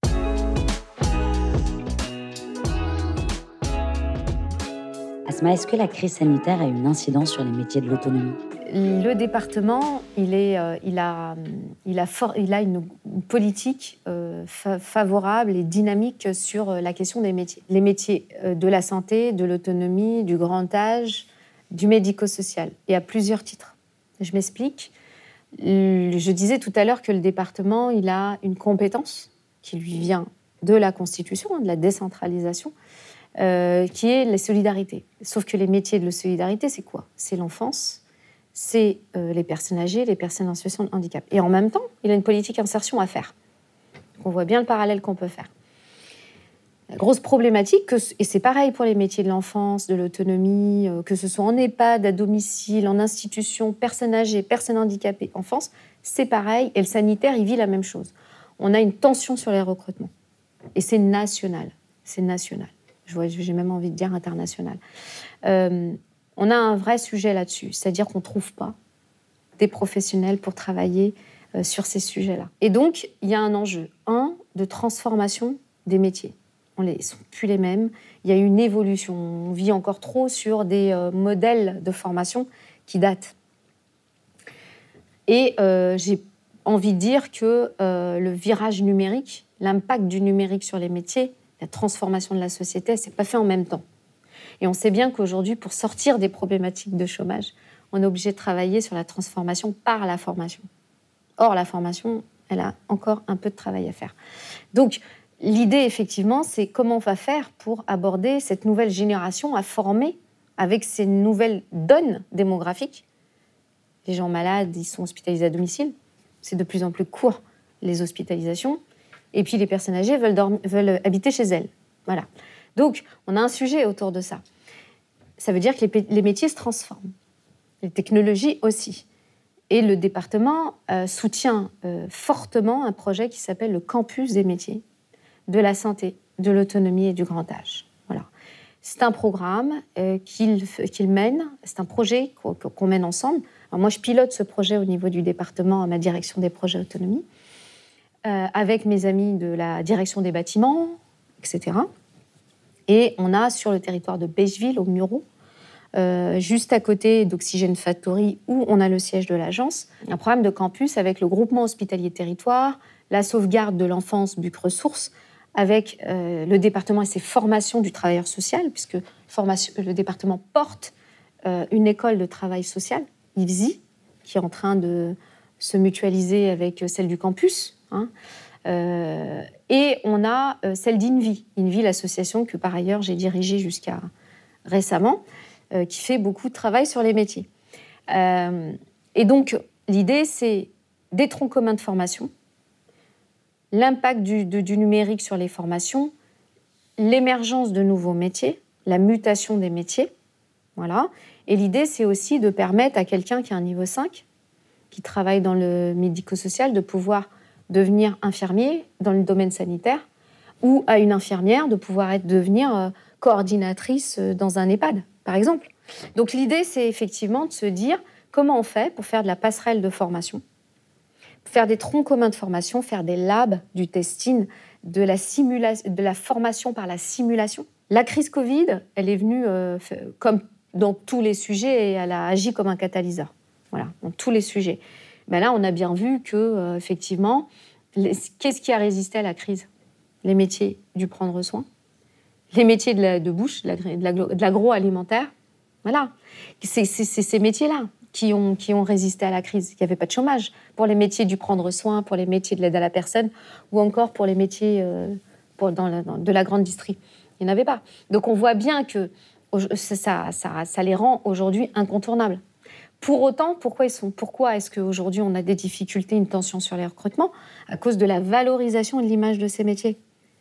Asma, est-ce que la crise sanitaire a une incidence sur les métiers de l'autonomie ? Le département, il, est, euh, il, a, il, a, for- il a une, une politique euh, fa- favorable et dynamique sur euh, la question des métiers. Les métiers euh, de la santé, de l'autonomie, du grand âge, du médico-social, et à plusieurs titres. Je m'explique. Je disais tout à l'heure que le département, il a une compétence qui lui vient de la Constitution, de la décentralisation, euh, qui est la solidarité. Sauf que les métiers de la solidarité, c'est quoi ? C'est l'enfance, c'est euh, les personnes âgées, les personnes en situation de handicap. Et en même temps, il a une politique d'insertion à faire. Donc on voit bien le parallèle qu'on peut faire. La grosse problématique, que, et c'est pareil pour les métiers de l'enfance, de l'autonomie, euh, que ce soit en EHPAD, à domicile, en institution, personnes âgées, personnes handicapées, enfance, c'est pareil. Et le sanitaire, il vit la même chose. On a une tension sur les recrutements. Et c'est national. C'est national. Je vois, j'ai même envie de dire international. Euh, On a un vrai sujet là-dessus, c'est-à-dire qu'on ne trouve pas des professionnels pour travailler euh, sur ces sujets-là. Et donc, il y a un enjeu, un, de transformation des métiers. On ne sont plus les mêmes, il y a une évolution. On vit encore trop sur des euh, modèles de formation qui datent. Et euh, j'ai envie de dire que euh, le virage numérique, l'impact du numérique sur les métiers, la transformation de la société, ce n'est pas fait en même temps. Et on sait bien qu'aujourd'hui, pour sortir des problématiques de chômage, on est obligé de travailler sur la transformation par la formation. Or, la formation, elle a encore un peu de travail à faire. Donc, l'idée, effectivement, c'est comment on va faire pour aborder cette nouvelle génération à former avec ces nouvelles donnes démographiques. Les gens malades, ils sont hospitalisés à domicile. C'est de plus en plus court, les hospitalisations. Et puis, les personnes âgées veulent, dormir, veulent habiter chez elles. Voilà. Donc, on a un sujet autour de ça. Ça veut dire que les, les métiers se transforment. Les technologies aussi. Et le département euh, soutient euh, fortement un projet qui s'appelle le Campus des métiers, de la santé, de l'autonomie et du grand âge. Voilà. C'est un programme euh, qu'il, qu'il mène, c'est un projet qu'on, qu'on mène ensemble. Alors moi, je pilote ce projet au niveau du département à ma direction des projets autonomie, euh, avec mes amis de la direction des bâtiments, et cetera. Et on a sur le territoire de Beigeville, au Mureau, euh, juste à côté d'Oxygène Factory, où on a le siège de l'agence, un programme de campus avec le groupement hospitalier territoire, la sauvegarde de l'enfance Buc Ressources, avec euh, le département et ses formations du travailleur social, puisque formation, le département porte euh, une école de travail social, I V S I, qui est en train de se mutualiser avec celle du campus. Hein. Euh, et on a euh, celle d'Invi, Invi, l'association que par ailleurs j'ai dirigée jusqu'à récemment, euh, qui fait beaucoup de travail sur les métiers. Euh, et donc l'idée, c'est des troncs communs de formation, l'impact du, de, du numérique sur les formations, l'émergence de nouveaux métiers, la mutation des métiers. Voilà. Et l'idée, c'est aussi de permettre à quelqu'un qui a un niveau cinq, qui travaille dans le médico-social, de pouvoir devenir infirmier dans le domaine sanitaire, ou à une infirmière de pouvoir être, devenir euh, coordinatrice dans un EHPAD, par exemple. Donc l'idée, c'est effectivement de se dire comment on fait pour faire de la passerelle de formation, faire des troncs communs de formation, faire des labs, du testing, de la, simula- de la formation par la simulation. La crise Covid, elle est venue, euh, comme dans tous les sujets, et elle a agi comme un catalyseur. Voilà, dans tous les sujets. Ben là, on a bien vu que, euh, effectivement, les... qu'est-ce qui a résisté à la crise ? Les métiers du prendre soin, les métiers de, la, de bouche, de, la, de, la, de l'agroalimentaire. Voilà, c'est, c'est, c'est ces métiers-là qui ont, qui ont résisté à la crise. Il n'y avait pas de chômage pour les métiers du prendre soin, pour les métiers de l'aide à la personne, ou encore pour les métiers euh, pour, dans la, dans, de la grande distrie. Il n'y en avait pas. Donc on voit bien que ça, ça, ça les rend aujourd'hui incontournables. Pour autant, pourquoi, ils sont, pourquoi est-ce qu'aujourd'hui on a des difficultés, une tension sur les recrutements ? À cause de la valorisation et de l'image de ces métiers.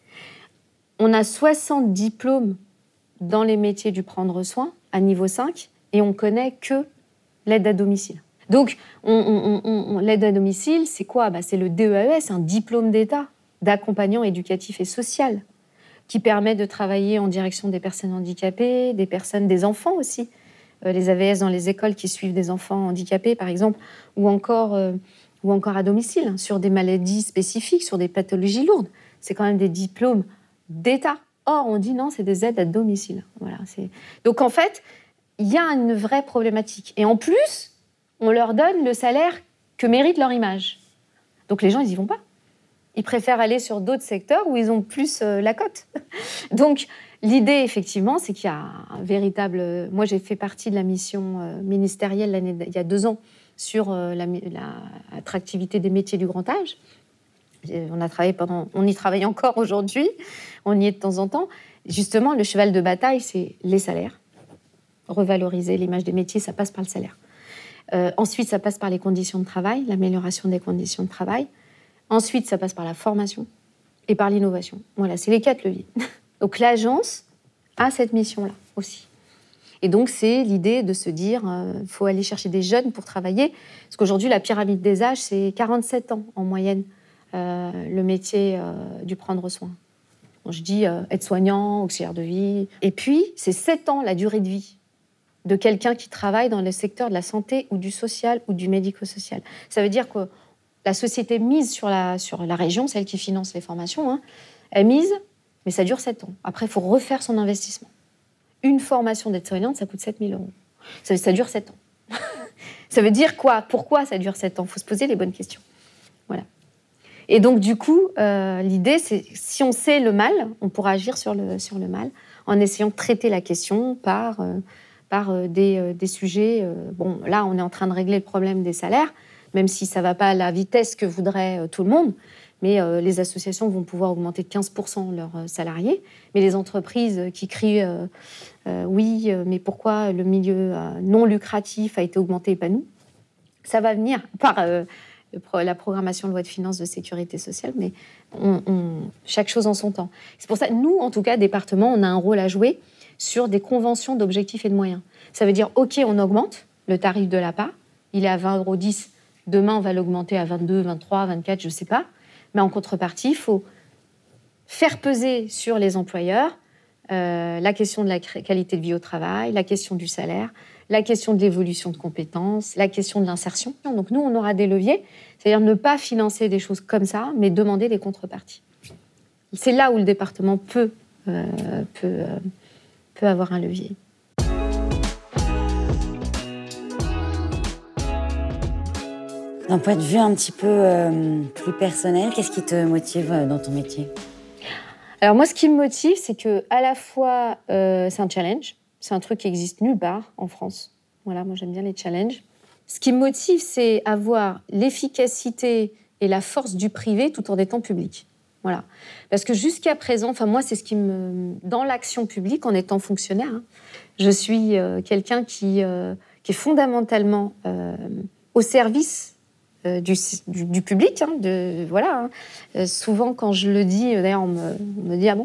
On a soixante diplômes dans les métiers du prendre soin à niveau cinq et on connaît que l'aide à domicile. Donc, on, on, on, l'aide à domicile, c'est quoi ? Bah, c'est le D E A E S, un diplôme d'État d'accompagnant éducatif et social qui permet de travailler en direction des personnes handicapées, des personnes, des enfants aussi. Euh, les A V S dans les écoles qui suivent des enfants handicapés, par exemple, ou encore, euh, ou encore à domicile, hein, sur des maladies spécifiques, sur des pathologies lourdes. C'est quand même des diplômes d'État. Or, on dit non, c'est des aides à domicile. Voilà, c'est... Donc, en fait, il y a une vraie problématique. Et en plus, on leur donne le salaire que mérite leur image. Donc, les gens, ils n'y vont pas. Ils préfèrent aller sur d'autres secteurs où ils ont plus euh, la cote. Donc, l'idée, effectivement, c'est qu'il y a un véritable... Moi, j'ai fait partie de la mission euh, ministérielle l'année... il y a deux ans sur euh, la, la attractivité des métiers du grand âge. On a travaillé pendant... On y travaille encore aujourd'hui. On y est de temps en temps. Justement, le cheval de bataille, c'est les salaires. Revaloriser l'image des métiers, ça passe par le salaire. Euh, ensuite, ça passe par les conditions de travail, l'amélioration des conditions de travail. Ensuite, ça passe par la formation et par l'innovation. Voilà, c'est les quatre leviers. Donc, l'agence a cette mission-là aussi. Et donc, c'est l'idée de se dire, il euh, faut aller chercher des jeunes pour travailler. Parce qu'aujourd'hui, la pyramide des âges, c'est quarante-sept ans en moyenne, euh, le métier euh, du prendre soin. Bon, je dis euh, aide-soignant, auxiliaire de vie. Et puis, c'est sept ans la durée de vie de quelqu'un qui travaille dans le secteur de la santé ou du social ou du médico-social. Ça veut dire que la société mise sur la, sur la région, celle qui finance les formations, hein, elle mise, mais ça dure sept ans. Après, il faut refaire son investissement. Une formation d'aide-soignante, ça coûte sept mille euros. Ça, ça dure sept ans. Ça veut dire quoi ? Pourquoi ça dure sept ans ? Il faut se poser les bonnes questions. Voilà. Et donc, du coup, euh, l'idée, c'est si on sait le mal, on pourra agir sur le, sur le mal en essayant de traiter la question par, euh, par euh, des, euh, des sujets. Euh, bon, là, on est en train de régler le problème des salaires, même si ça ne va pas à la vitesse que voudrait euh, tout le monde. Mais euh, les associations vont pouvoir augmenter de quinze pour cent leurs euh, salariés. Mais les entreprises qui crient euh, euh, « oui, euh, mais pourquoi le milieu euh, non lucratif a été augmenté et pas nous ?» Ça va venir par euh, la programmation de loi de finances de sécurité sociale, mais on, on, chaque chose en son temps. C'est pour ça que nous, en tout cas, département, on a un rôle à jouer sur des conventions d'objectifs et de moyens. Ça veut dire, OK, on augmente le tarif de l'A P A, il est à vingt euros dix, demain on va l'augmenter à vingt-deux, vingt-trois, vingt-quatre, je ne sais pas, mais en contrepartie, il faut faire peser sur les employeurs euh, la question de la qualité de vie au travail, la question du salaire, la question de l'évolution de compétences, la question de l'insertion. Donc nous, on aura des leviers, c'est-à-dire ne pas financer des choses comme ça, mais demander des contreparties. C'est là où le département peut, euh, peut, euh, peut avoir un levier. D'un point de vue un petit peu euh, plus personnel, qu'est-ce qui te motive dans ton métier ? Alors moi, ce qui me motive, c'est que à la fois, euh, c'est un challenge. C'est un truc qui existe nulle part en France. Voilà, moi, j'aime bien les challenges. Ce qui me motive, c'est avoir l'efficacité et la force du privé tout en étant public. Voilà. Parce que jusqu'à présent, enfin moi, c'est ce qui me... Dans l'action publique, en étant fonctionnaire, hein, je suis euh, quelqu'un qui, euh, qui est fondamentalement euh, au service Euh, du, du, du public, hein, de, voilà. Hein. Euh, souvent, quand je le dis, d'ailleurs, on me, on me dit « Ah bon ?»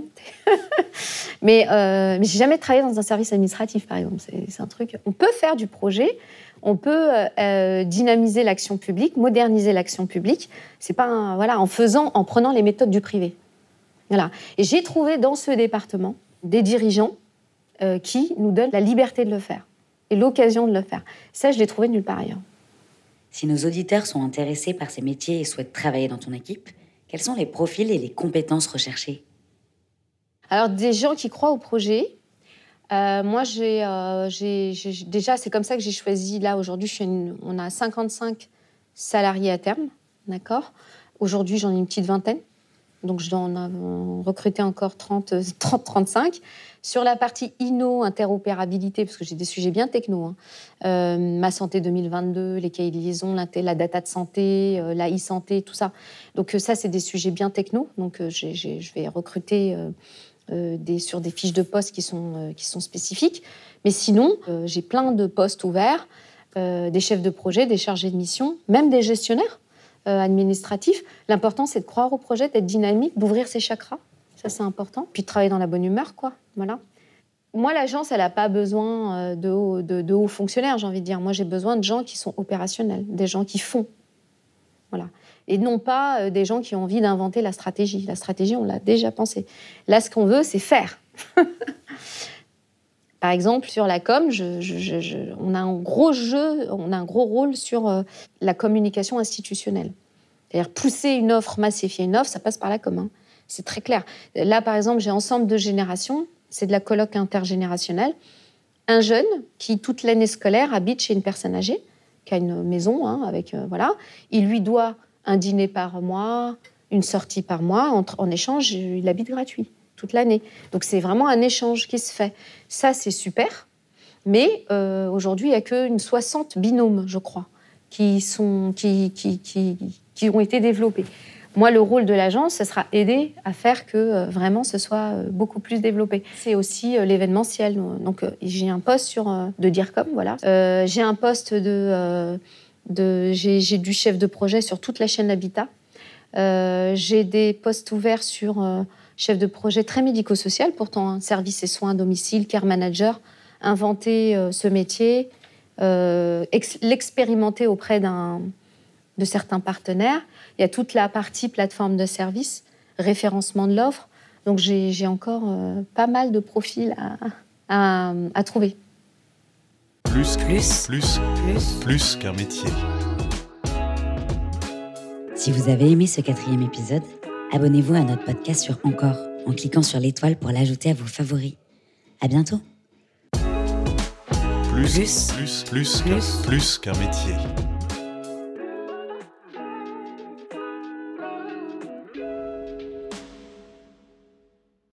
Mais, euh, mais j'ai jamais travaillé dans un service administratif, par exemple. C'est, c'est un truc... On peut faire du projet, on peut euh, dynamiser l'action publique, moderniser l'action publique. C'est pas un, voilà, en faisant, en prenant les méthodes du privé. Voilà. Et j'ai trouvé dans ce département des dirigeants euh, qui nous donnent la liberté de le faire et l'occasion de le faire. Ça, je l'ai trouvé nulle part ailleurs. Si nos auditeurs sont intéressés par ces métiers et souhaitent travailler dans ton équipe, quels sont les profils et les compétences recherchées ? Alors, des gens qui croient au projet. Euh, moi, j'ai, euh, j'ai, j'ai, déjà, c'est comme ça que j'ai choisi. Là, aujourd'hui, je suis une, on a cinquante-cinq salariés à terme, d'accord ? Aujourd'hui, j'en ai une petite vingtaine. Donc, je dois en, en recruter encore trente, trente, trente-cinq. Sur la partie inno, interopérabilité, parce que j'ai des sujets bien techno, hein. euh, ma santé deux mille vingt-deux, les cahiers de liaison, la data de santé, euh, la e-santé, tout ça. Donc euh, ça, c'est des sujets bien techno. Donc euh, j'ai, j'ai, je vais recruter euh, euh, des, sur des fiches de poste qui sont, euh, qui sont spécifiques. Mais sinon, euh, j'ai plein de postes ouverts, euh, des chefs de projet, des chargés de mission, même des gestionnaires euh, administratifs. L'important, c'est de croire au projet, d'être dynamique, d'ouvrir ses chakras. Ça, c'est important. Puis de travailler dans la bonne humeur, quoi. Voilà. Moi, l'agence, elle n'a pas besoin de hauts de, de haut fonctionnaires, j'ai envie de dire. Moi, j'ai besoin de gens qui sont opérationnels, des gens qui font. Voilà. Et non pas des gens qui ont envie d'inventer la stratégie. La stratégie, on l'a déjà pensée. Là, ce qu'on veut, c'est faire. Par exemple, sur la com, je, je, je, je, on a un gros jeu, on a un gros rôle sur euh, la communication institutionnelle. C'est-à-dire pousser une offre, massifier une offre, ça passe par la com. Hein. C'est très clair. Là, par exemple, j'ai ensemble de générations, c'est de la coloc intergénérationnelle. Un jeune qui, toute l'année scolaire, habite chez une personne âgée, qui a une maison, hein, avec, euh, voilà. Il lui doit un dîner par mois, une sortie par mois. En, en échange, il habite gratuit, toute l'année. Donc, c'est vraiment un échange qui se fait. Ça, c'est super. Mais euh, aujourd'hui, il n'y a qu'une soixante binômes, je crois, qui, sont, qui, qui, qui, qui ont été développés. Moi, le rôle de l'agence, ce sera aider à faire que euh, vraiment ce soit euh, beaucoup plus développé. C'est aussi euh, l'événementiel. Donc, euh, j'ai un poste sur, euh, de DIRCOM, voilà. Euh, j'ai un poste de... Euh, de j'ai, j'ai du chef de projet sur toute la chaîne d'habitat. Euh, j'ai des postes ouverts sur euh, chef de projet très médico-social, pourtant, hein, services et soins à domicile, care manager, inventer euh, ce métier, euh, ex- l'expérimenter auprès d'un... de certains partenaires. Il y a toute la partie plateforme de services, référencement de l'offre. Donc, j'ai, j'ai encore euh, pas mal de profils à, à, à trouver. Plus, Plus, plus, plus. plus qu'un métier. Si vous avez aimé ce quatrième épisode, abonnez-vous à notre podcast sur Encore en cliquant sur l'étoile pour l'ajouter à vos favoris. À bientôt. Plus, Plus, plus, plus, plus. plus qu'un métier.